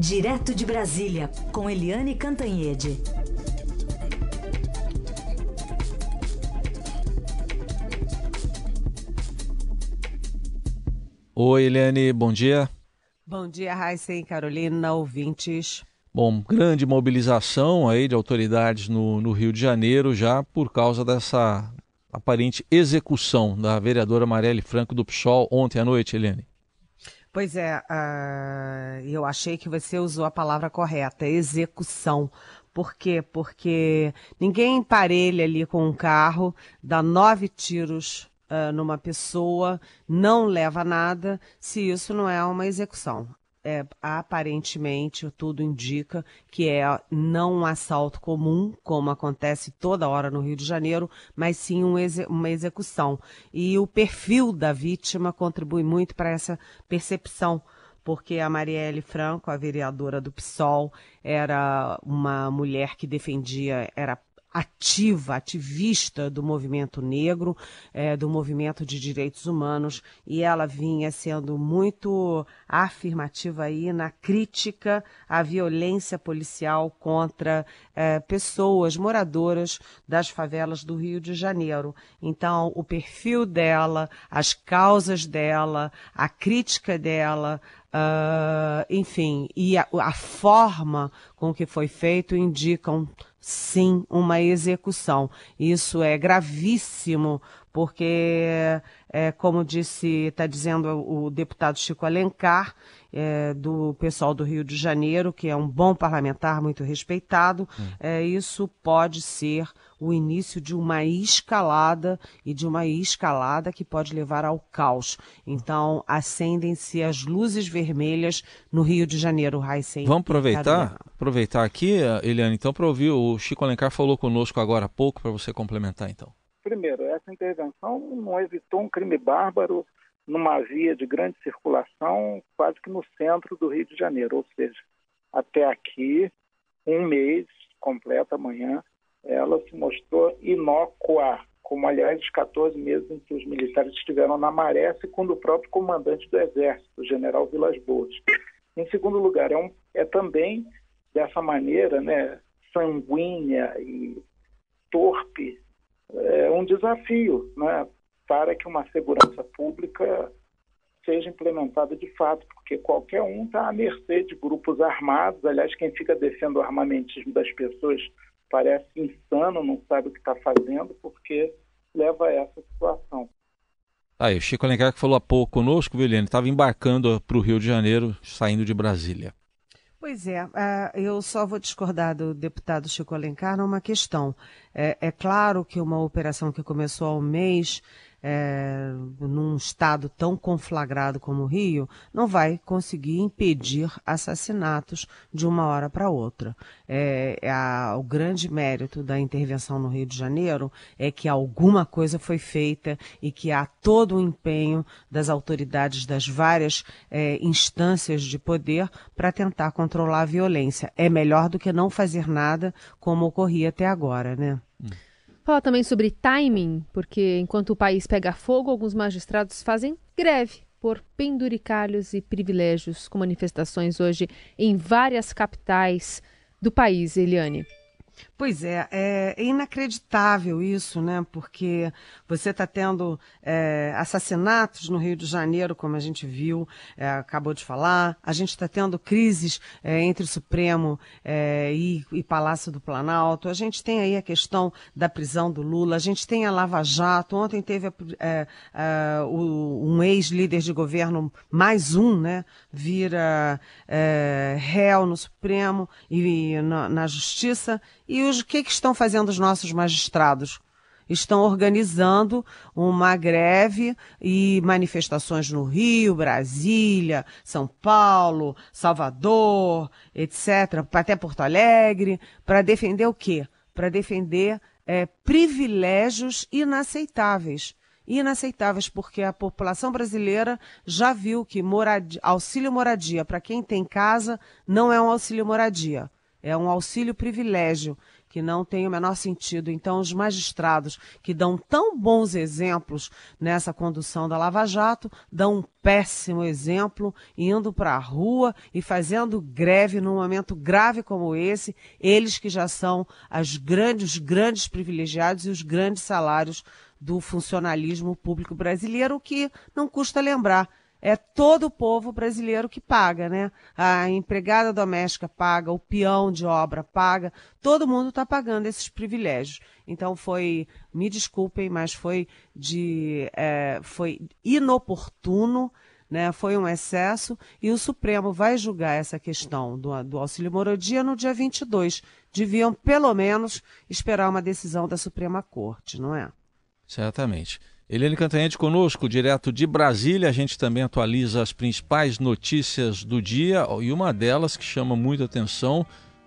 Direto de Brasília, com Eliane Cantanhede. Oi, Eliane, bom dia. Bom dia, Raíssa e Carolina, ouvintes. Bom, grande mobilização aí de autoridades no Rio de Janeiro já por causa dessa aparente execução da vereadora Marielle Franco do PSOL ontem à noite, Eliane. Pois é, eu achei que você usou a palavra correta, execução. Por quê? Porque ninguém emparelha ali com um carro, dá 9 tiros numa pessoa, não leva nada, se isso não é uma execução. Aparentemente, tudo indica que é não um assalto comum, como acontece toda hora no Rio de Janeiro, mas sim uma execução. E o perfil da vítima contribui muito para essa percepção, porque a Marielle Franco, a vereadora do PSOL, era uma mulher que era ativista do movimento negro, do movimento de direitos humanos, e ela vinha sendo muito afirmativa aí na crítica à violência policial contra pessoas moradoras das favelas do Rio de Janeiro. Então, o perfil dela, as causas dela, a crítica dela, enfim, e a forma com que foi feito indicam sim uma execução. Isso é gravíssimo, porque, como está dizendo o deputado Chico Alencar, do pessoal do Rio de Janeiro, que é um bom parlamentar, muito respeitado, isso pode ser o início de uma escalada, e de uma escalada que pode levar ao caos. Então, acendem-se as luzes vermelhas no Rio de Janeiro, Raíssa. Vamos aproveitar aqui, Eliane, então, para ouvir, o Chico Alencar falou conosco agora há pouco, para você complementar, então. Primeiro, essa intervenção não evitou um crime bárbaro numa via de grande circulação, quase que no centro do Rio de Janeiro, ou seja, até aqui, um mês completo amanhã, ela se mostrou inócua, como aliás os 14 meses em que os militares estiveram na Maré, segundo o próprio comandante do Exército, o general Vilas Boas. Em segundo lugar, é também dessa maneira, né, sanguínea e torpe, um desafio, né, para que uma segurança pública seja implementada de fato, porque qualquer um está à mercê de grupos armados. Aliás, quem fica defendendo o armamentismo das pessoas parece insano, não sabe o que está fazendo, porque leva a essa situação. Aí, o Chico Alencar que falou há pouco conosco, Eliane, estava embarcando para o Rio de Janeiro, saindo de Brasília. Pois é, eu só vou discordar do deputado Chico Alencar numa questão. É claro que uma operação que começou há um mês, num estado tão conflagrado como o Rio, não vai conseguir impedir assassinatos de uma hora para outra. O grande mérito da intervenção no Rio de Janeiro é que alguma coisa foi feita e que há todo o empenho das autoridades das várias instâncias de poder para tentar controlar a violência. É melhor do que não fazer nada como ocorria até agora, né? Fala também sobre timing, porque enquanto o país pega fogo, alguns magistrados fazem greve por penduricalhos e privilégios, com manifestações hoje em várias capitais do país, Eliane. Pois é inacreditável isso, né? Porque você está tendo assassinatos no Rio de Janeiro, como a gente viu, acabou de falar. A gente está tendo crises entre o Supremo e Palácio do Planalto. A gente tem aí a questão da prisão do Lula. A gente tem a Lava Jato. Ontem teve um ex-líder de governo, mais um, né? Vira réu no Supremo e na Justiça. E o que estão fazendo os nossos magistrados? Estão organizando uma greve e manifestações no Rio, Brasília, São Paulo, Salvador, etc., até Porto Alegre, para defender o quê? Para defender privilégios inaceitáveis. Inaceitáveis, porque a população brasileira já viu que auxílio moradia para quem tem casa não é um auxílio moradia. É um auxílio privilégio, que não tem o menor sentido. Então, os magistrados que dão tão bons exemplos nessa condução da Lava Jato dão um péssimo exemplo indo para a rua e fazendo greve num momento grave como esse, eles que já são os grandes privilegiados e os grandes salários do funcionalismo público brasileiro, o que não custa lembrar. É todo o povo brasileiro que paga, né? A empregada doméstica paga, o peão de obra paga, todo mundo está pagando esses privilégios. Então me desculpem, mas foi inoportuno, né? Foi um excesso, e o Supremo vai julgar essa questão do auxílio moradia no dia 22. Deviam, pelo menos, esperar uma decisão da Suprema Corte, não é? Certamente. Eliane Cantanhede conosco, direto de Brasília. A gente também atualiza as principais notícias do dia, e uma delas que chama muita atenção,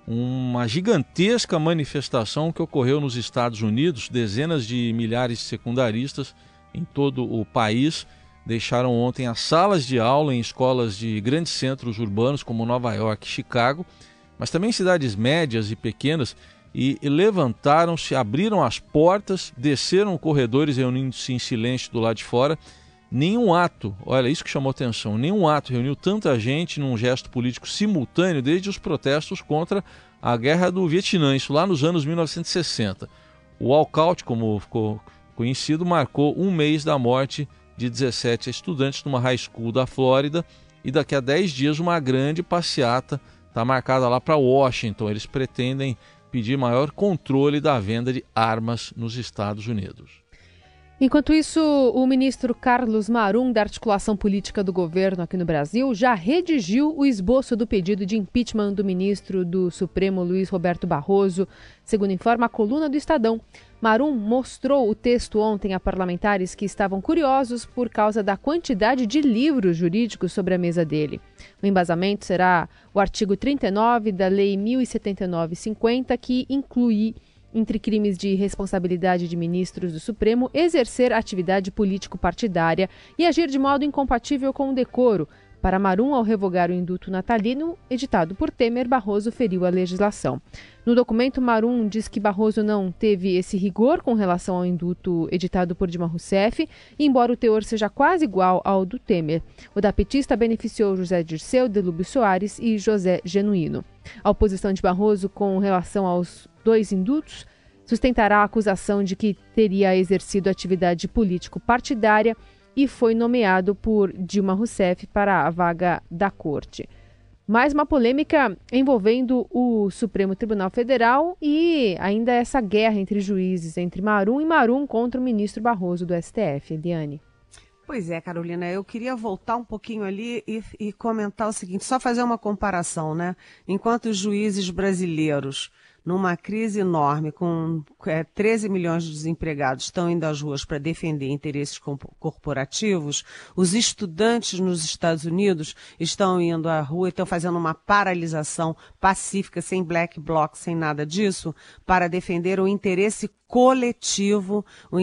uma gigantesca manifestação que ocorreu nos Estados Unidos. Dezenas de milhares de secundaristas em todo o país deixaram ontem as salas de aula em escolas de grandes centros urbanos como Nova York e Chicago, mas também cidades médias e pequenas, e levantaram-se, abriram as portas, desceram corredores, reunindo-se em silêncio do lado de fora. Nenhum ato, olha, isso que chamou atenção, nenhum ato reuniu tanta gente num gesto político simultâneo desde os protestos contra a Guerra do Vietnã, isso lá nos anos 1960. O walkout, como ficou conhecido, marcou um mês da morte de 17 estudantes numa high school da Flórida, e daqui a 10 dias uma grande passeata está marcada lá para Washington. Eles pretendem pedir maior controle da venda de armas nos Estados Unidos. Enquanto isso, o ministro Carlos Marum, da articulação política do governo aqui no Brasil, já redigiu o esboço do pedido de impeachment do ministro do Supremo, Luiz Roberto Barroso, segundo informa a coluna do Estadão. Marum mostrou o texto ontem a parlamentares que estavam curiosos por causa da quantidade de livros jurídicos sobre a mesa dele. O embasamento será o artigo 39 da Lei 1079/50, que inclui, entre crimes de responsabilidade de ministros do Supremo, exercer atividade político-partidária e agir de modo incompatível com o decoro. Para Marum, ao revogar o indulto natalino editado por Temer, Barroso feriu a legislação. No documento, Marum diz que Barroso não teve esse rigor com relação ao indulto editado por Dilma Rousseff, embora o teor seja quase igual ao do Temer. O da petista beneficiou José Dirceu, Delúbio Soares e José Genuíno. A oposição de Barroso com relação aos dois indultos sustentará a acusação de que teria exercido atividade político-partidária e foi nomeado por Dilma Rousseff para a vaga da corte. Mais uma polêmica envolvendo o Supremo Tribunal Federal e ainda essa guerra entre juízes, entre Marum e Marum contra o ministro Barroso do STF. Eliane. Pois é, Carolina, eu queria voltar um pouquinho ali e comentar o seguinte, só fazer uma comparação, né? Enquanto os juízes brasileiros, numa crise enorme, com 13 milhões de desempregados, estão indo às ruas para defender interesses corporativos, os estudantes nos Estados Unidos estão indo à rua e estão fazendo uma paralisação pacífica, sem black bloc, sem nada disso, para defender o interesse coletivo,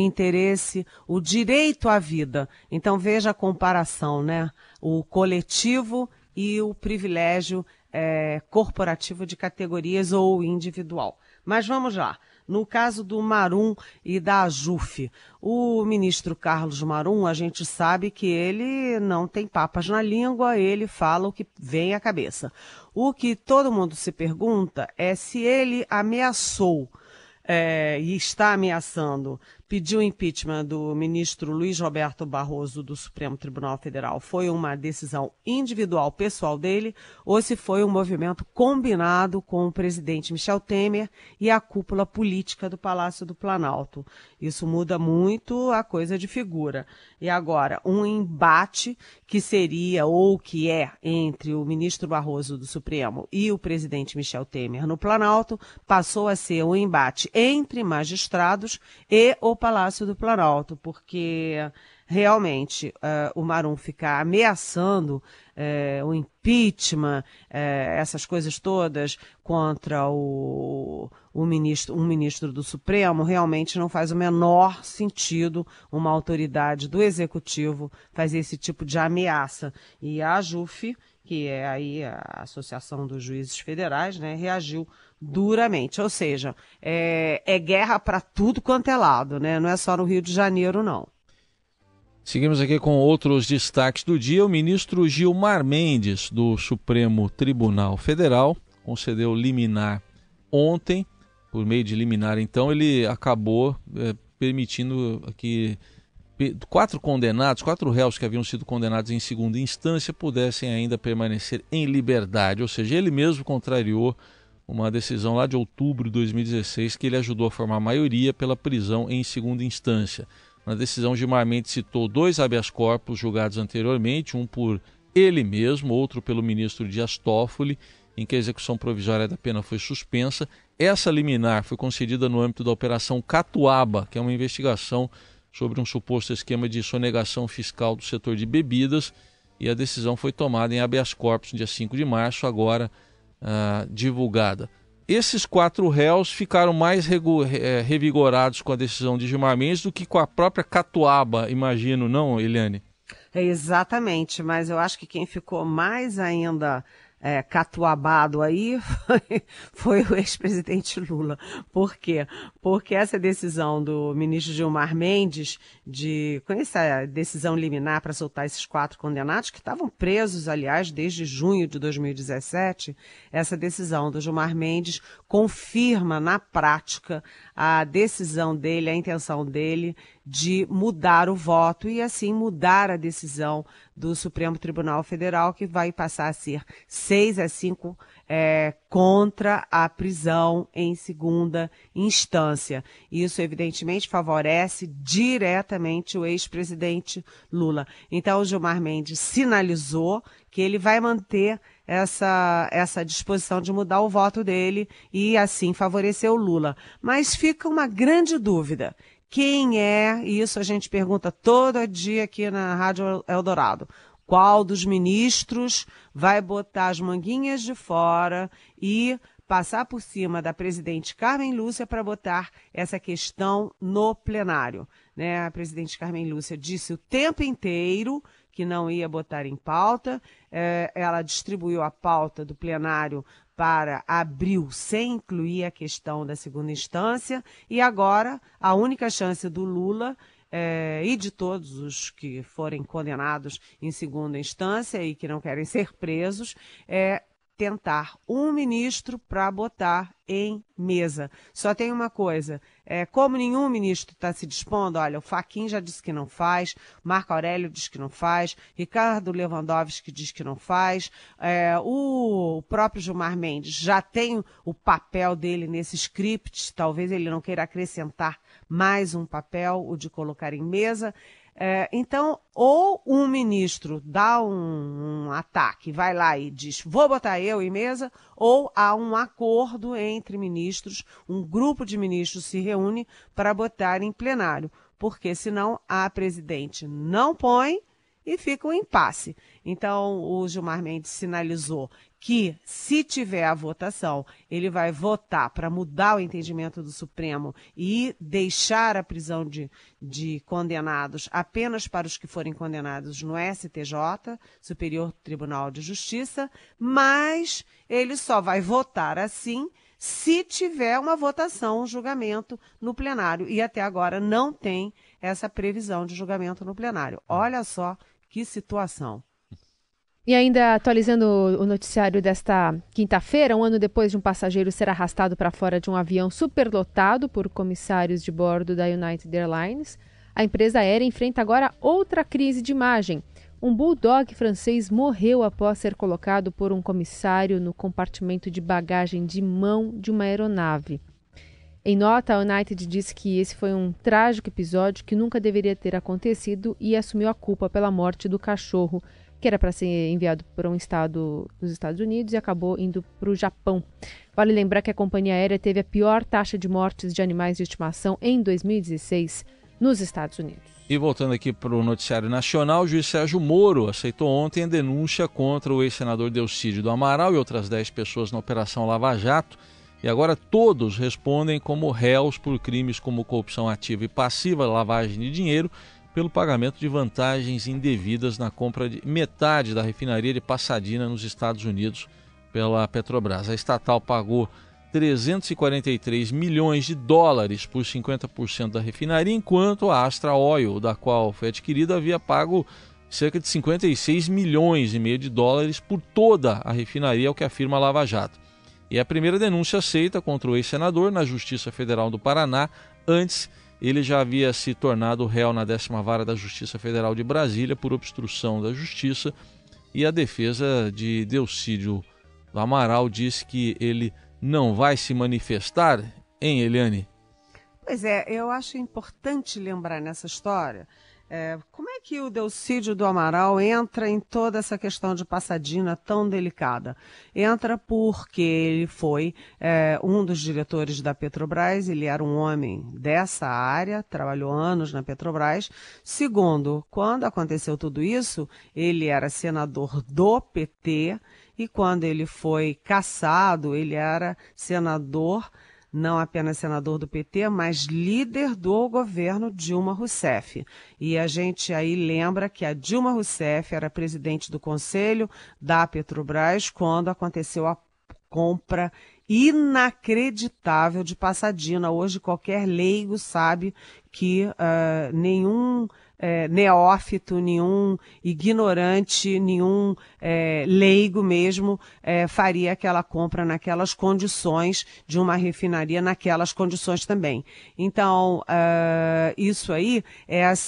o direito à vida. Então veja a comparação, né? O coletivo e o privilégio corporativo de categorias ou individual. Mas vamos lá. No caso do Marum e da AJUF, o ministro Carlos Marum, a gente sabe que ele não tem papas na língua, ele fala o que vem à cabeça. O que todo mundo se pergunta é se ele ameaçou e está ameaçando pedir o impeachment do ministro Luiz Roberto Barroso do Supremo Tribunal Federal foi uma decisão individual, pessoal dele, ou se foi um movimento combinado com o presidente Michel Temer e a cúpula política do Palácio do Planalto. Isso muda muito a coisa de figura. E agora, um embate que seria ou que é entre o ministro Barroso do Supremo e o presidente Michel Temer no Planalto passou a ser um embate entre magistrados e o Palácio do Planalto, porque realmente o Marum ficar ameaçando o impeachment, essas coisas todas contra um ministro do Supremo, realmente não faz o menor sentido uma autoridade do Executivo fazer esse tipo de ameaça. E a AJUF, que é aí a Associação dos Juízes Federais, né, reagiu duramente. Ou seja, é guerra para tudo quanto é lado, né? Não é só no Rio de Janeiro, não. Seguimos aqui com outros destaques do dia. O ministro Gilmar Mendes, do Supremo Tribunal Federal, concedeu liminar ontem. Por meio de liminar, então, ele acabou permitindo que 4 réus que haviam sido condenados em segunda instância pudessem ainda permanecer em liberdade. Ou seja, ele mesmo contrariou uma decisão lá de outubro de 2016 que ele ajudou a formar a maioria pela prisão em segunda instância. Na decisão, Gilmar Mendes citou 2 habeas corpus julgados anteriormente, um por ele mesmo, outro pelo ministro Dias Toffoli, em que a execução provisória da pena foi suspensa. Essa liminar foi concedida no âmbito da Operação Catuaba, que é uma investigação sobre um suposto esquema de sonegação fiscal do setor de bebidas, e a decisão foi tomada em habeas corpus no dia 5 de março, agora divulgada. Esses 4 réus ficaram mais revigorados com a decisão de Gilmar Mendes do que com a própria Catuaba, imagino, não, Eliane? Exatamente, mas eu acho que quem ficou mais ainda catuabado aí foi o ex-presidente Lula. Por quê? Porque essa decisão do ministro Gilmar Mendes, com essa decisão liminar para soltar esses 4 condenados, que estavam presos, aliás, desde junho de 2017, essa decisão do Gilmar Mendes confirma na prática a decisão dele, a intenção dele de mudar o voto e assim mudar a decisão do Supremo Tribunal Federal, que vai passar a ser 6-5 contra a prisão em segunda instância. Isso, evidentemente, favorece diretamente o ex-presidente Lula. Então, o Gilmar Mendes sinalizou que ele vai manter essa disposição de mudar o voto dele e, assim, favorecer o Lula. Mas fica uma grande dúvida. Quem é, e isso a gente pergunta todo dia aqui na Rádio Eldorado, qual dos ministros vai botar as manguinhas de fora e passar por cima da presidente Carmen Lúcia para botar essa questão no plenário, né? A presidente Carmen Lúcia disse o tempo inteiro que não ia botar em pauta, ela distribuiu a pauta do plenário para abril, sem incluir a questão da segunda instância, e agora a única chance do Lula e de todos os que forem condenados em segunda instância e que não querem ser presos, é tentar um ministro para botar em mesa. Só tem uma coisa, como nenhum ministro está se dispondo, olha, o Fachin já disse que não faz, Marco Aurélio diz que não faz, Ricardo Lewandowski diz que não faz, o próprio Gilmar Mendes já tem o papel dele nesse script, talvez ele não queira acrescentar mais um papel, o de colocar em mesa. Então, ou um ministro dá um ataque, vai lá e diz, vou botar eu em mesa, ou há um acordo entre ministros, um grupo de ministros se reúne para botar em plenário, porque senão a presidente não põe e fica um impasse. Então, o Gilmar Mendes sinalizou que, se tiver a votação, ele vai votar para mudar o entendimento do Supremo e deixar a prisão de condenados apenas para os que forem condenados no STJ, Superior Tribunal de Justiça, mas ele só vai votar assim se tiver uma votação, um julgamento no plenário. E até agora não tem essa previsão de julgamento no plenário. Olha só que situação. E ainda atualizando o noticiário desta quinta-feira, um ano depois de um passageiro ser arrastado para fora de um avião superlotado por comissários de bordo da United Airlines, a empresa aérea enfrenta agora outra crise de imagem. Um bulldog francês morreu após ser colocado por um comissário no compartimento de bagagem de mão de uma aeronave. Em nota, a United disse que esse foi um trágico episódio que nunca deveria ter acontecido e assumiu a culpa pela morte do cachorro, que era para ser enviado para um estado dos Estados Unidos e acabou indo para o Japão. Vale lembrar que a companhia aérea teve a pior taxa de mortes de animais de estimação em 2016 nos Estados Unidos. E voltando aqui para o noticiário nacional, o juiz Sérgio Moro aceitou ontem a denúncia contra o ex-senador Delcídio do Amaral e outras 10 pessoas na Operação Lava Jato. E agora todos respondem como réus por crimes como corrupção ativa e passiva, lavagem de dinheiro, pelo pagamento de vantagens indevidas na compra de metade da refinaria de Pasadena, nos Estados Unidos, pela Petrobras. A estatal pagou 343 milhões de dólares por 50% da refinaria, enquanto a Astra Oil, da qual foi adquirida, havia pago cerca de 56 milhões e meio de dólares por toda a refinaria, é o que afirma a Lava Jato. E a primeira denúncia aceita contra o ex-senador na Justiça Federal do Paraná. Antes, ele já havia se tornado réu na 10ª Vara da Justiça Federal de Brasília por obstrução da justiça, e a defesa de Delcídio do Amaral disse que ele não vai se manifestar, hein, Eliane? Pois é, eu acho importante lembrar nessa história como é que o Delcídio do Amaral entra em toda essa questão de Pasadena tão delicada. Entra porque ele foi um dos diretores da Petrobras, ele era um homem dessa área, trabalhou anos na Petrobras. Segundo, quando aconteceu tudo isso, ele era senador do PT, e quando ele foi cassado, ele era senador, não apenas senador do PT, mas líder do governo Dilma Rousseff. E a gente aí lembra que a Dilma Rousseff era presidente do Conselho da Petrobras quando aconteceu a compra inacreditável de Pasadena. Hoje qualquer leigo sabe que nenhum neófito, nenhum ignorante, nenhum leigo mesmo faria aquela compra naquelas condições de uma refinaria, naquelas condições também. Então, isso aí é o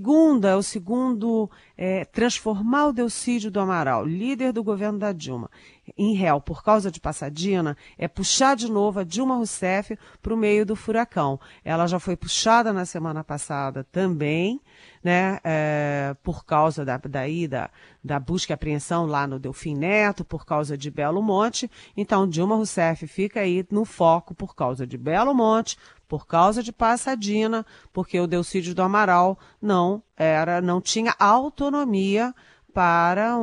segundo transformar o Delcídio do Amaral, líder do governo da Dilma, em réu por causa de Pasadena, é puxar de novo a Dilma Rousseff para o meio do furacão. Ela já foi puxada na semana passada também, né, por causa da busca e apreensão lá no Delfim Neto, por causa de Belo Monte. Então, Dilma Rousseff fica aí no foco por causa de Belo Monte, por causa de Pasadena, porque o Delcídio do Amaral não tinha autonomia para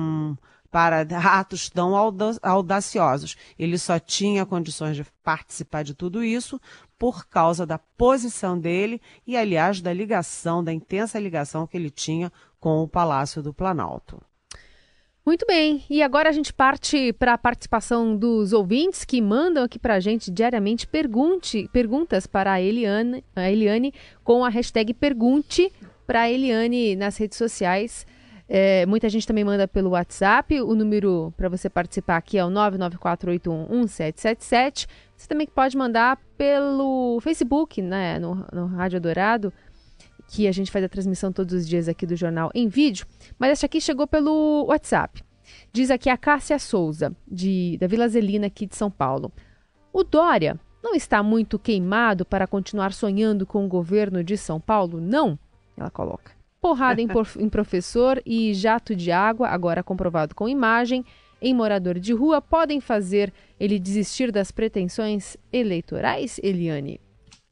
atos tão audaciosos. Ele só tinha condições de participar de tudo isso por causa da posição dele e, aliás, da intensa ligação que ele tinha com o Palácio do Planalto. Muito bem, e agora a gente parte para a participação dos ouvintes que mandam aqui para a gente diariamente perguntas para a Eliane com a hashtag Pergunte para a Eliane nas redes sociais. Muita gente também manda pelo WhatsApp. O número para você participar aqui é o 994811777. Você também pode mandar pelo Facebook, né, no Rádio Dourado, que a gente faz a transmissão todos os dias aqui do jornal em vídeo. Mas essa aqui chegou pelo WhatsApp. Diz aqui a Cássia Souza, da Vila Zelina, aqui de São Paulo. O Dória não está muito queimado para continuar sonhando com o governo de São Paulo? Não, ela coloca. Porrada em professor e jato de água, agora comprovado com imagem, em morador de rua, podem fazer ele desistir das pretensões eleitorais, Eliane?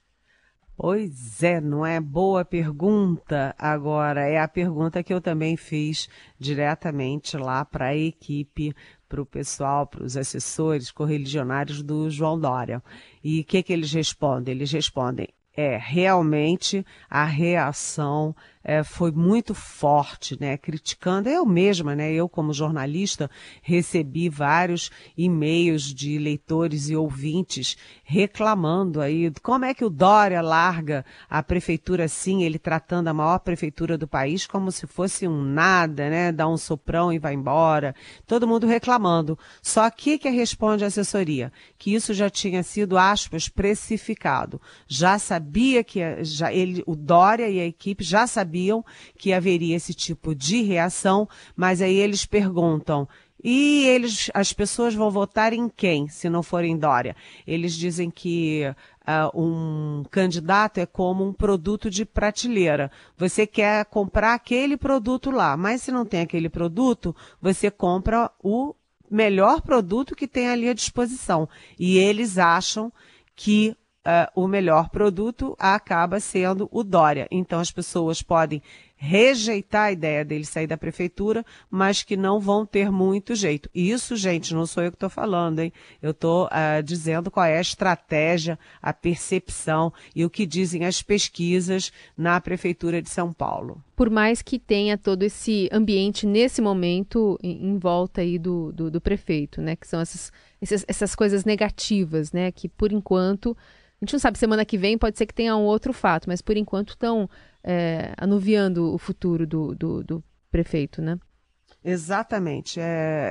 Pois é, não é boa pergunta. Agora, é a pergunta que eu também fiz diretamente lá para a equipe, para o pessoal, para os assessores correligionários do João Dória. E o que eles respondem? Eles respondem, realmente a reação foi muito forte, né? Criticando, eu mesma, né? Eu como jornalista recebi vários e-mails de leitores e ouvintes reclamando aí como é que o Dória larga a prefeitura assim, ele tratando a maior prefeitura do país como se fosse um nada, né? Dá um soprão e vai embora. Todo mundo reclamando. Só que responde a assessoria? Que isso já tinha sido, aspas, precificado. Já sabia que o Dória e a equipe já sabiam que haveria esse tipo de reação, mas aí eles perguntam, e as pessoas vão votar em quem, se não for em Dória? Eles dizem que um candidato é como um produto de prateleira. Você quer comprar aquele produto lá, mas se não tem aquele produto, você compra o melhor produto que tem ali à disposição. E eles acham que o melhor produto acaba sendo o Dória. Então as pessoas podem rejeitar a ideia dele sair da prefeitura, mas que não vão ter muito jeito. Isso, gente, não sou eu que estou falando, hein? Eu estou dizendo qual é a estratégia, a percepção e o que dizem as pesquisas na Prefeitura de São Paulo. Por mais que tenha todo esse ambiente nesse momento em volta aí do prefeito, né? Que são essas coisas negativas, né? Que por enquanto, a gente não sabe, semana que vem pode ser que tenha um outro fato, mas por enquanto estão anuviando o futuro do prefeito, né? Exatamente.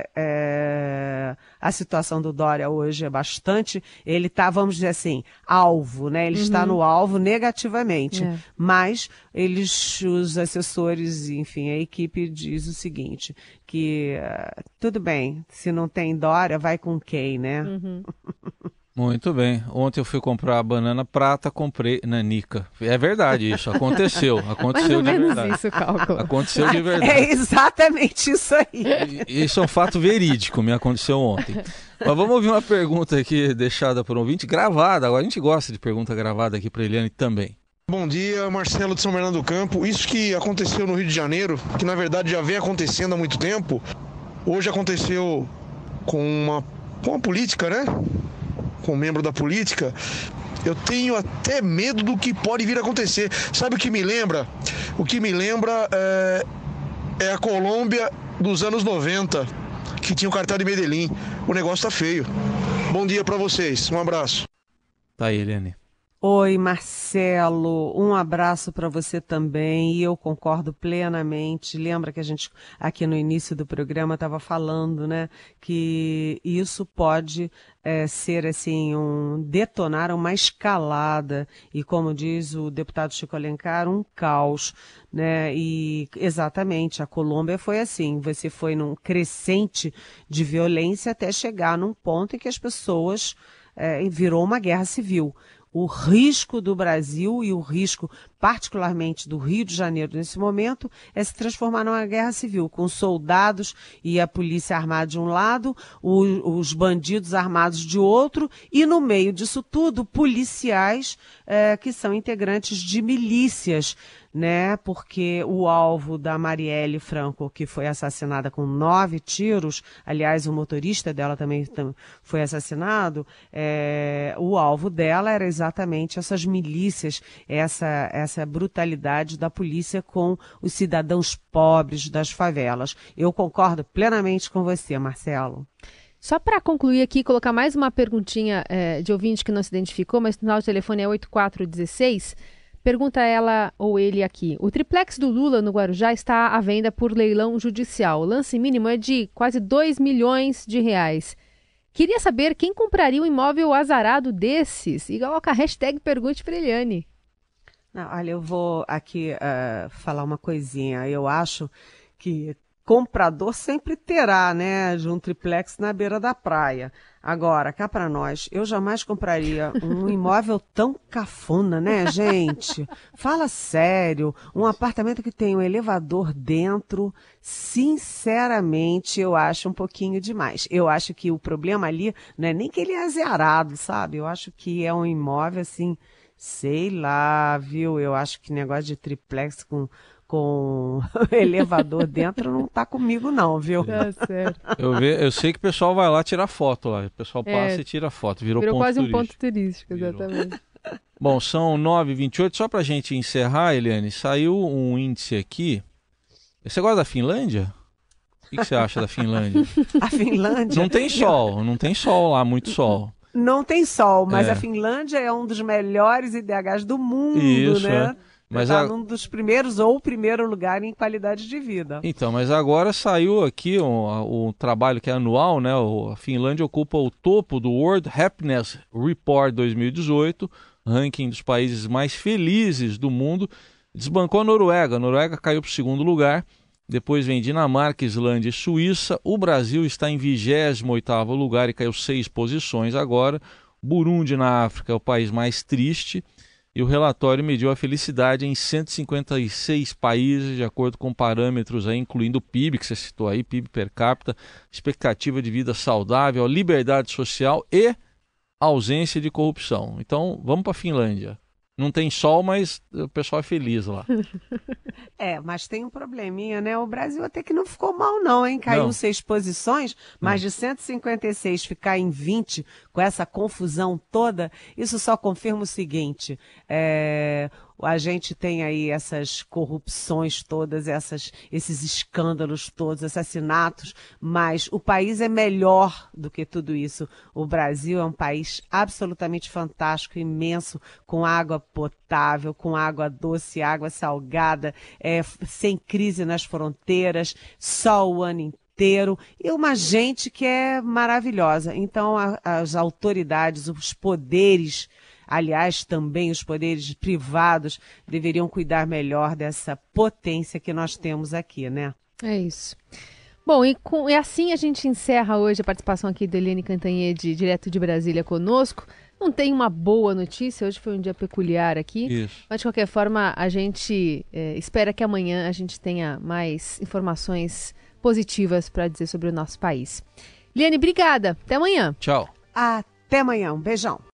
A situação do Dória hoje é bastante. Ele está, vamos dizer assim, alvo, né? Ele está no alvo negativamente. Mas os assessores, enfim, a equipe diz o seguinte, que tudo bem, se não tem Dória, vai com quem, né? Muito bem. Ontem eu fui comprar a banana prata, comprei nanica. É verdade isso, aconteceu. Aconteceu de verdade. Isso, cálculo. Aconteceu de verdade. É exatamente isso aí. Isso é um fato verídico, me aconteceu ontem. Mas vamos ouvir uma pergunta aqui deixada por um ouvinte, gravada. Agora a gente gosta de pergunta gravada aqui para Eliane também. Bom dia, Marcelo de São Bernardo do Campo. Isso que aconteceu no Rio de Janeiro, que na verdade já vem acontecendo há muito tempo, hoje aconteceu com uma política, né? Com um membro da política. Eu tenho até medo do que pode vir a acontecer. Sabe o que me lembra? O que me lembra é a Colômbia dos anos 90, que tinha o cartel de Medellín. O negócio tá feio. Bom dia para vocês. Um abraço. Tá aí, Eliane. Oi, Marcelo, um abraço para você também, e eu concordo plenamente. Lembra que a gente, aqui no início do programa, estava falando, né, que isso pode ser, assim, detonar uma escalada, e como diz o deputado Chico Alencar, um caos, né, e exatamente, a Colômbia foi assim, você foi num crescente de violência até chegar num ponto em que as pessoas, virou uma guerra civil. O risco do Brasil e o risco, particularmente do Rio de Janeiro nesse momento, é se transformar numa guerra civil, com soldados e a polícia armada de um lado, os bandidos armados de outro, e no meio disso tudo, policiais que são integrantes de milícias, né? Porque o alvo da Marielle Franco, que foi assassinada com 9 tiros, aliás, o motorista dela também foi assassinado, o alvo dela era exatamente essas milícias, essa brutalidade da polícia com os cidadãos pobres das favelas. Eu concordo plenamente com você, Marcelo. Só para concluir aqui, colocar mais uma perguntinha de ouvinte que não se identificou, mas no telefone é 8416. Pergunta ela ou ele aqui. O triplex do Lula no Guarujá está à venda por leilão judicial. O lance mínimo é de quase 2 milhões de reais. Queria saber quem compraria um imóvel azarado desses. E coloca a hashtag Pergunte para Eliane. Não, olha, eu vou aqui falar uma coisinha. Eu acho que comprador sempre terá, né, de um triplex na beira da praia. Agora, cá para nós, eu jamais compraria um imóvel tão cafona, né, gente? Fala sério, um apartamento que tem um elevador dentro, sinceramente, eu acho um pouquinho demais. Eu acho que o problema ali não é nem que ele é azarado, sabe? Eu acho que é um imóvel, assim, sei lá, viu? Eu acho que negócio de triplex com elevador dentro não tá comigo não, viu? Tá certo. Eu sei que o pessoal vai lá tirar foto lá. O pessoal passa e tira foto. Virou ponto quase turístico. Um ponto turístico, exatamente. Bom, são 9h28. Só pra gente encerrar, Eliane, saiu um índice aqui. Você gosta da Finlândia? O que você acha da Finlândia? A Finlândia? Não tem sol lá, muito sol. Não tem sol, mas a Finlândia é um dos melhores IDHs do mundo, isso, né? Mas está num dos primeiros ou o primeiro lugar em qualidade de vida. Então, mas agora saiu aqui o trabalho que é anual, né? A Finlândia ocupa o topo do World Happiness Report 2018, ranking dos países mais felizes do mundo. Desbancou a Noruega. A Noruega caiu para o segundo lugar. Depois vem Dinamarca, Islândia e Suíça. O Brasil está em 28º lugar e caiu 6 posições agora. Burundi, na África, é o país mais triste. E o relatório mediu a felicidade em 156 países, de acordo com parâmetros, aí, incluindo o PIB, que você citou aí, PIB per capita, expectativa de vida saudável, liberdade social e ausência de corrupção. Então, vamos para a Finlândia. Não tem sol, mas o pessoal é feliz lá. Mas tem um probleminha, né? O Brasil até que não ficou mal não, hein? Caiu 6 posições, mas de 156 ficar em 20 com essa confusão toda, isso só confirma o seguinte, a gente tem aí essas corrupções todas, esses escândalos todos, assassinatos, mas o país é melhor do que tudo isso. O Brasil é um país absolutamente fantástico, imenso, com água potável, com água doce, água salgada, sem crise nas fronteiras, sol o ano inteiro, e uma gente que é maravilhosa. Então, as autoridades, os poderes, aliás, também os poderes privados deveriam cuidar melhor dessa potência que nós temos aqui, né? É isso. Bom, e assim a gente encerra hoje a participação aqui da Eliane Cantanhede, direto de Brasília, conosco. Não tem uma boa notícia, hoje foi um dia peculiar aqui, Isso. Mas de qualquer forma a gente espera que amanhã a gente tenha mais informações positivas para dizer sobre o nosso país. Eliane, obrigada. Até amanhã. Tchau. Até amanhã. Um beijão.